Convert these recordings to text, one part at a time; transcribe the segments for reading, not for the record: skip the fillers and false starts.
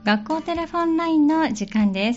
学校テレフォンラインの時間です。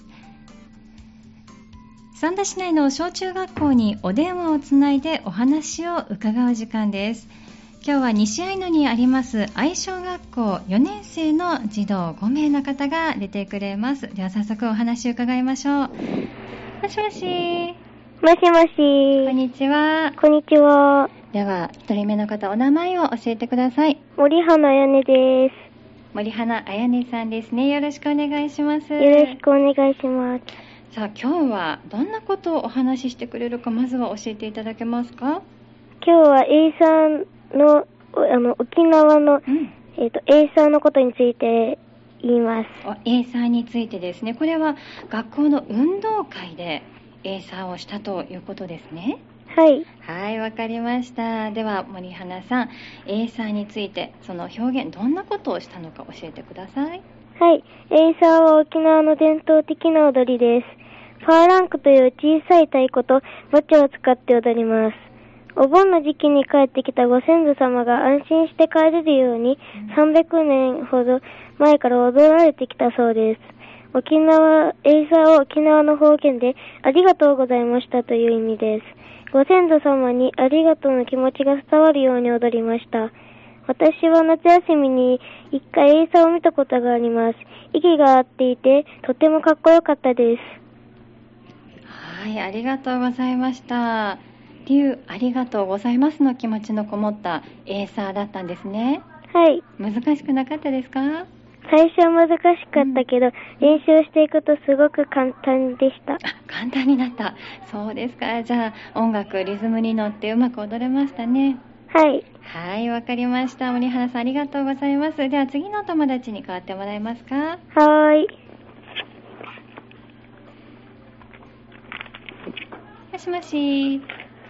三田市内の小中学校にお電話をつないでお話を伺う時間です。今日は西愛野にあります愛小学校4年生の児童5名の方が出てくれます。では早速お話を伺いましょう。もしもし。 もしもし。 こんにちは。 こんにちは。 では1人目の方、お名前を教えてください。 森花彩音です。 森花彩音さんですね。よろしくお願いします。 よろしくお願いします。 さあ、今日はどんなことをお話ししてくれるか、まずは教えていただけますか？ 今日は A さんの、沖縄の、A さんのことについて言います。 A さんについてですね。これは学校の運動会で A さんをしたということですね。 はい。 はい、わかりました。では森花さん、 A さんについてその表現、どんなことをしたのか教えてください。 はい。A さんは沖縄の伝統的な踊りです。パーランクという小さい太鼓とバチを使って踊ります。お盆の時期に帰ってきたご先祖様が安心して帰れるように300年ほど前から踊られてきたそうです。A さんは沖縄の方言でありがとうございましたという意味です。ご先祖様にありがとうの気持ちが伝わるように踊りました。私は夏休みに一回 A さんを見たことがあります。息が合っていてとてもかっこよかったです。 はい、ありがとうございました。っていうありがとうございますの気持ちのこもったエーサーだったんですね。 はい。 難しくなかったですか？ 最初は難しかったけど、練習していくとすごく簡単でした。 簡単になった。そうですか。じゃあ音楽、リズムに乗ってうまく踊れましたね。 はい。 はい、わかりました。森花さん、ありがとうございます。では次のお友達に代わってもらえますか？ はーい。 もしもし。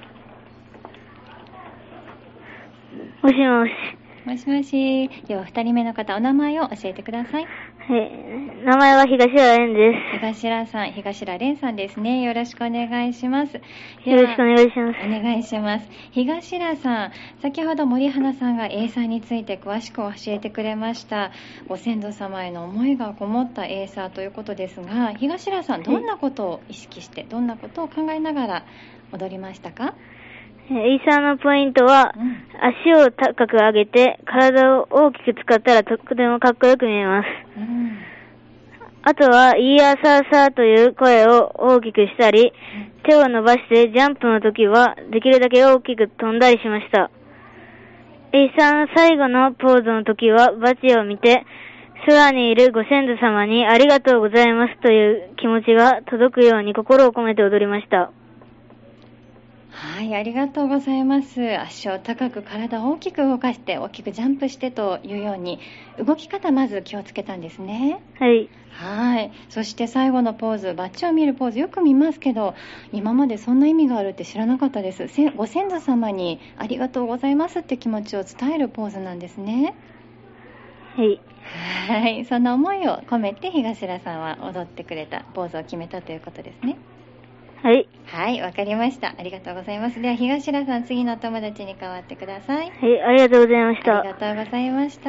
もしもし。 もしもし。では2人目の方、お名前を教えてください。 はい。名前は東浦蓮です。 東浦さん、東浦蓮さんですね。よろしくお願いします。 よろしくお願いします。 お願いします。東浦さん、先ほど森花さんが A さんについて詳しく教えてくれました。ご先祖様への思いがこもった A さんということですが、東浦さん、どんなことを意識して、どんなことを考えながら踊りましたか ？A さんのポイントは、足を高く上げて体を大きく使ったらとてもかっこよく見えます。あとは、イヤーサーサーという声を大きくしたり、手を伸ばしてジャンプの時はできるだけ大きく飛んだりしました。A さん最後のポーズの時はバチを見て、空にいるご先祖様にありがとうございますという気持ちが届くように心を込めて踊りました。 はい、ありがとうございます。足を高く、体を大きく動かして、大きくジャンプしてというように、動き方まず気をつけたんですね。 はい。 はい。そして最後のポーズ、バッチを見るポーズよく見ますけど、今までそんな意味があるって知らなかったです。ご先祖様にありがとうございますって気持ちを伝えるポーズなんですね。 はい。 はい。その思いを込めて東浦さんは踊ってくれた、ポーズを決めたということですね。 はい。 はい、わかりました。ありがとうございます。では東浦さん、次のお友達に代わってください。 はい、ありがとうございました。 ありがとうございました。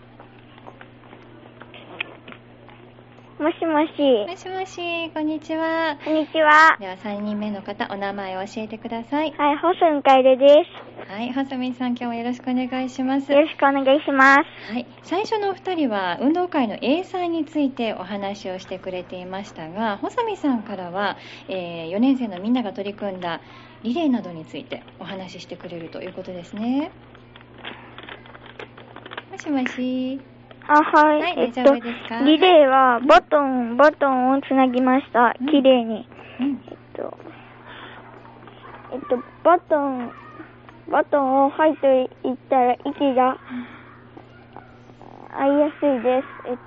もしもし。 もしもし、こんにちは。 こんにちは。 では3人目の方、お名前を教えてください。 はい、細見楓です。 はい、細見さん、今日もよろしくお願いします。 よろしくお願いします。 はい、最初のお二人は運動会の A さんについてお話をしてくれていましたが、細見さんからは、4年生のみんなが取り組んだリレーなどについてお話ししてくれるということですね。もしもし。 はい。 はい、大丈夫ですか？ リレーはバトンをつなぎました。綺麗に。バトンを吐いていったら息が合いやすいです。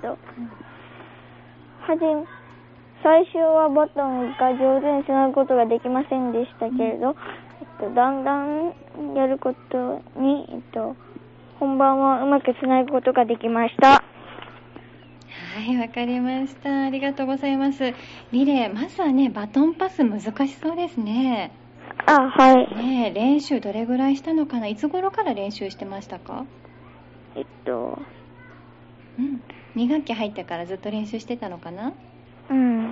最初はバトンが上手につなぐことができませんでしたけれど、だんだんやることに、本番はうまくつなぐことができました。 はい、わかりました。ありがとうございます。リレー、まずはね、バトンパス難しそうですね。 はい。 ねえ、練習どれぐらいしたのかな？いつ頃から練習してましたか？ 2学期入ってからずっと練習してたのかな？ うん。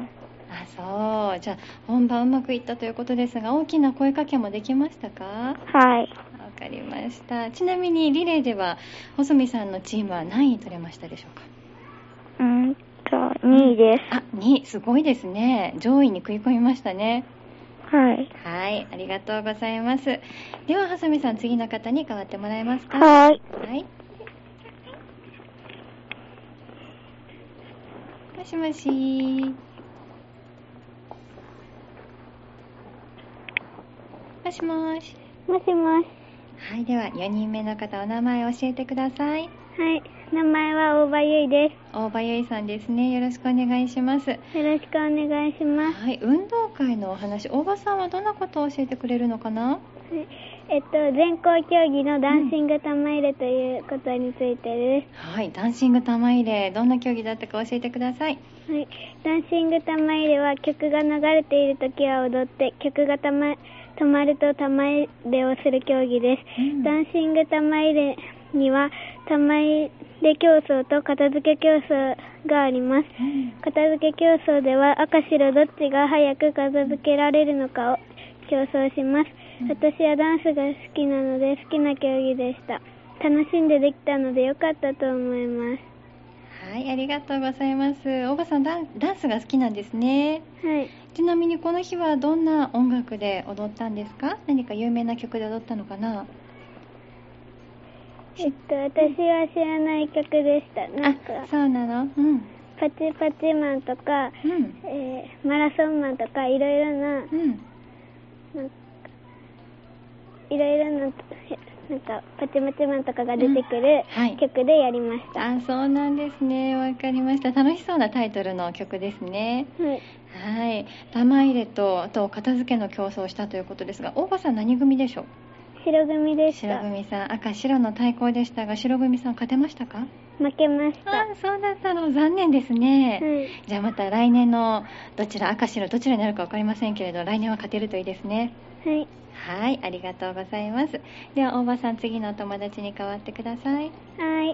あ、そう。じゃあ本番うまくいったということですが、大きな声かけもできましたか？ はい。 わかりました。ちなみにリレーでは細見さんのチームは何位取れましたでしょうか ？2位です。 あ、2位、すごいですね。上位に食い込みましたね。 はい。 はい、ありがとうございます。では細見さん、次の方に代わってもらえますか？ はい。 はい。もしもし。もしもし。 もしもし。 はい、では4人目の方、お名前を教えてください。 はい。名前は大場ゆいです。 大場ゆいさんですね。よろしくお願いします。よろしくお願いします。 はい、運動会のお話、大場さんはどんなことを教えてくれるのかな？ 全校競技のダンシング玉入れということについてです。 はい、ダンシング玉入れ、どんな競技だったか教えてください。 はい、ダンシング玉入れは曲が流れているときは踊って、曲が止まると玉入れをする競技です。ダンシング玉入れには玉入れ競争と片付け競争があります。片付け競争では赤白どっちが早く片付けられるのかを競争します。私はダンスが好きなので好きな競技でした。楽しんでできたのでよかったと思います。 はい、ありがとうございます。大場さん、ダンスが好きなんですね。 はい。 ちなみにこの日はどんな音楽で踊ったんですか？何か有名な曲で踊ったのかな？ 私は知らない曲でした。なんか、 そうなの？ パチパチマンとか、マラソンマンとかいろいろな、いろいろな、なんかパチパチマンとかが出てくる曲でやりました。 あ、そうなんですね。わかりました。楽しそうなタイトルの曲ですね。はい。玉入れとあと片付けの競争をしたということですが、大場さん何組でしょう？ 白組でした。 白組さん、赤白の対抗でしたが、白組さん勝てましたか？ 負けました。 あ、そうだったの。残念ですね。じゃあまた来年のどちら、赤白どちらになるか分かりませんけれど、来年は勝てるといいですね。 はい。 はい、ありがとうございます。では大場さん、次のお友達に代わってください。 はい。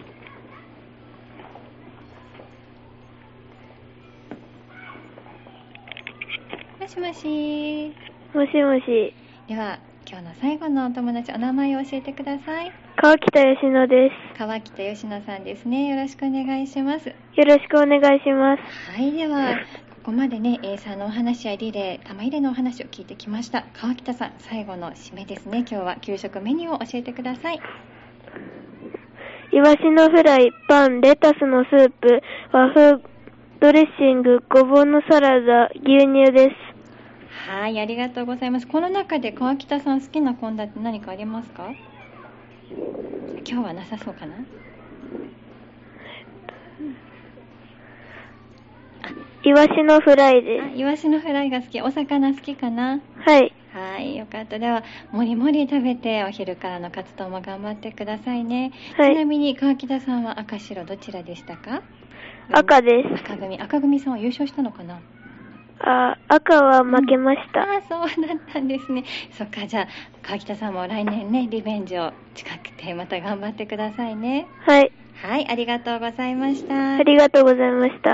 もしもし。 もしもし。 では今日の最後のお友達、お名前を教えてください。 川北佳乃です。 川北佳乃さんですね。よろしくお願いします。 よろしくお願いします。 はい、ではここまでね、A さんのお話やリレー、玉入れのお話を聞いてきました。川北さん、最後の締めですね。今日は給食メニューを教えてください。 イワシのフライ、パン、レタスのスープ、和風ドレッシング、ごぼうのサラダ、牛乳です。 はい、ありがとうございます。この中で川北さん好きな献立何かありますか？今日はなさそうかな？ イワシのフライです。 イワシのフライが好き。お魚好きかな？ はい。 はい、よかった。ではもりもり食べてお昼からの活動も頑張ってくださいね。はい、ちなみに川北さんは赤白どちらでしたか？ 赤です。 赤組さんは優勝したのかな？ 赤は負けました。 そうだったんですね。そっか、じゃあ川北さんも来年ね、リベンジを近くてまた頑張ってくださいね。 はい。 はい、ありがとうございました。 ありがとうございました。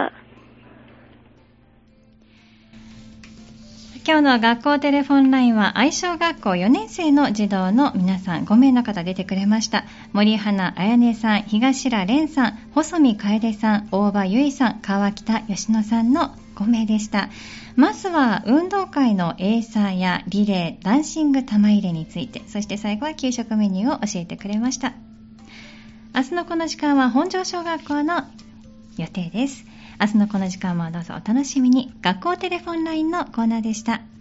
今日の学校テレフォンラインは愛小学校4年生の児童の皆さん5名の方出てくれました。森花彩音さん、東良蓮さん、細見楓さん、大場結さん、川北佳乃さんの5名でした。まずは運動会のエーサーやリレー、ダンシング玉入れについて、そして最後は給食メニューを教えてくれました。明日のこの時間は本庄小学校の予定です。明日のこの時間もどうぞお楽しみに。学校テレフォンラインのコーナーでした。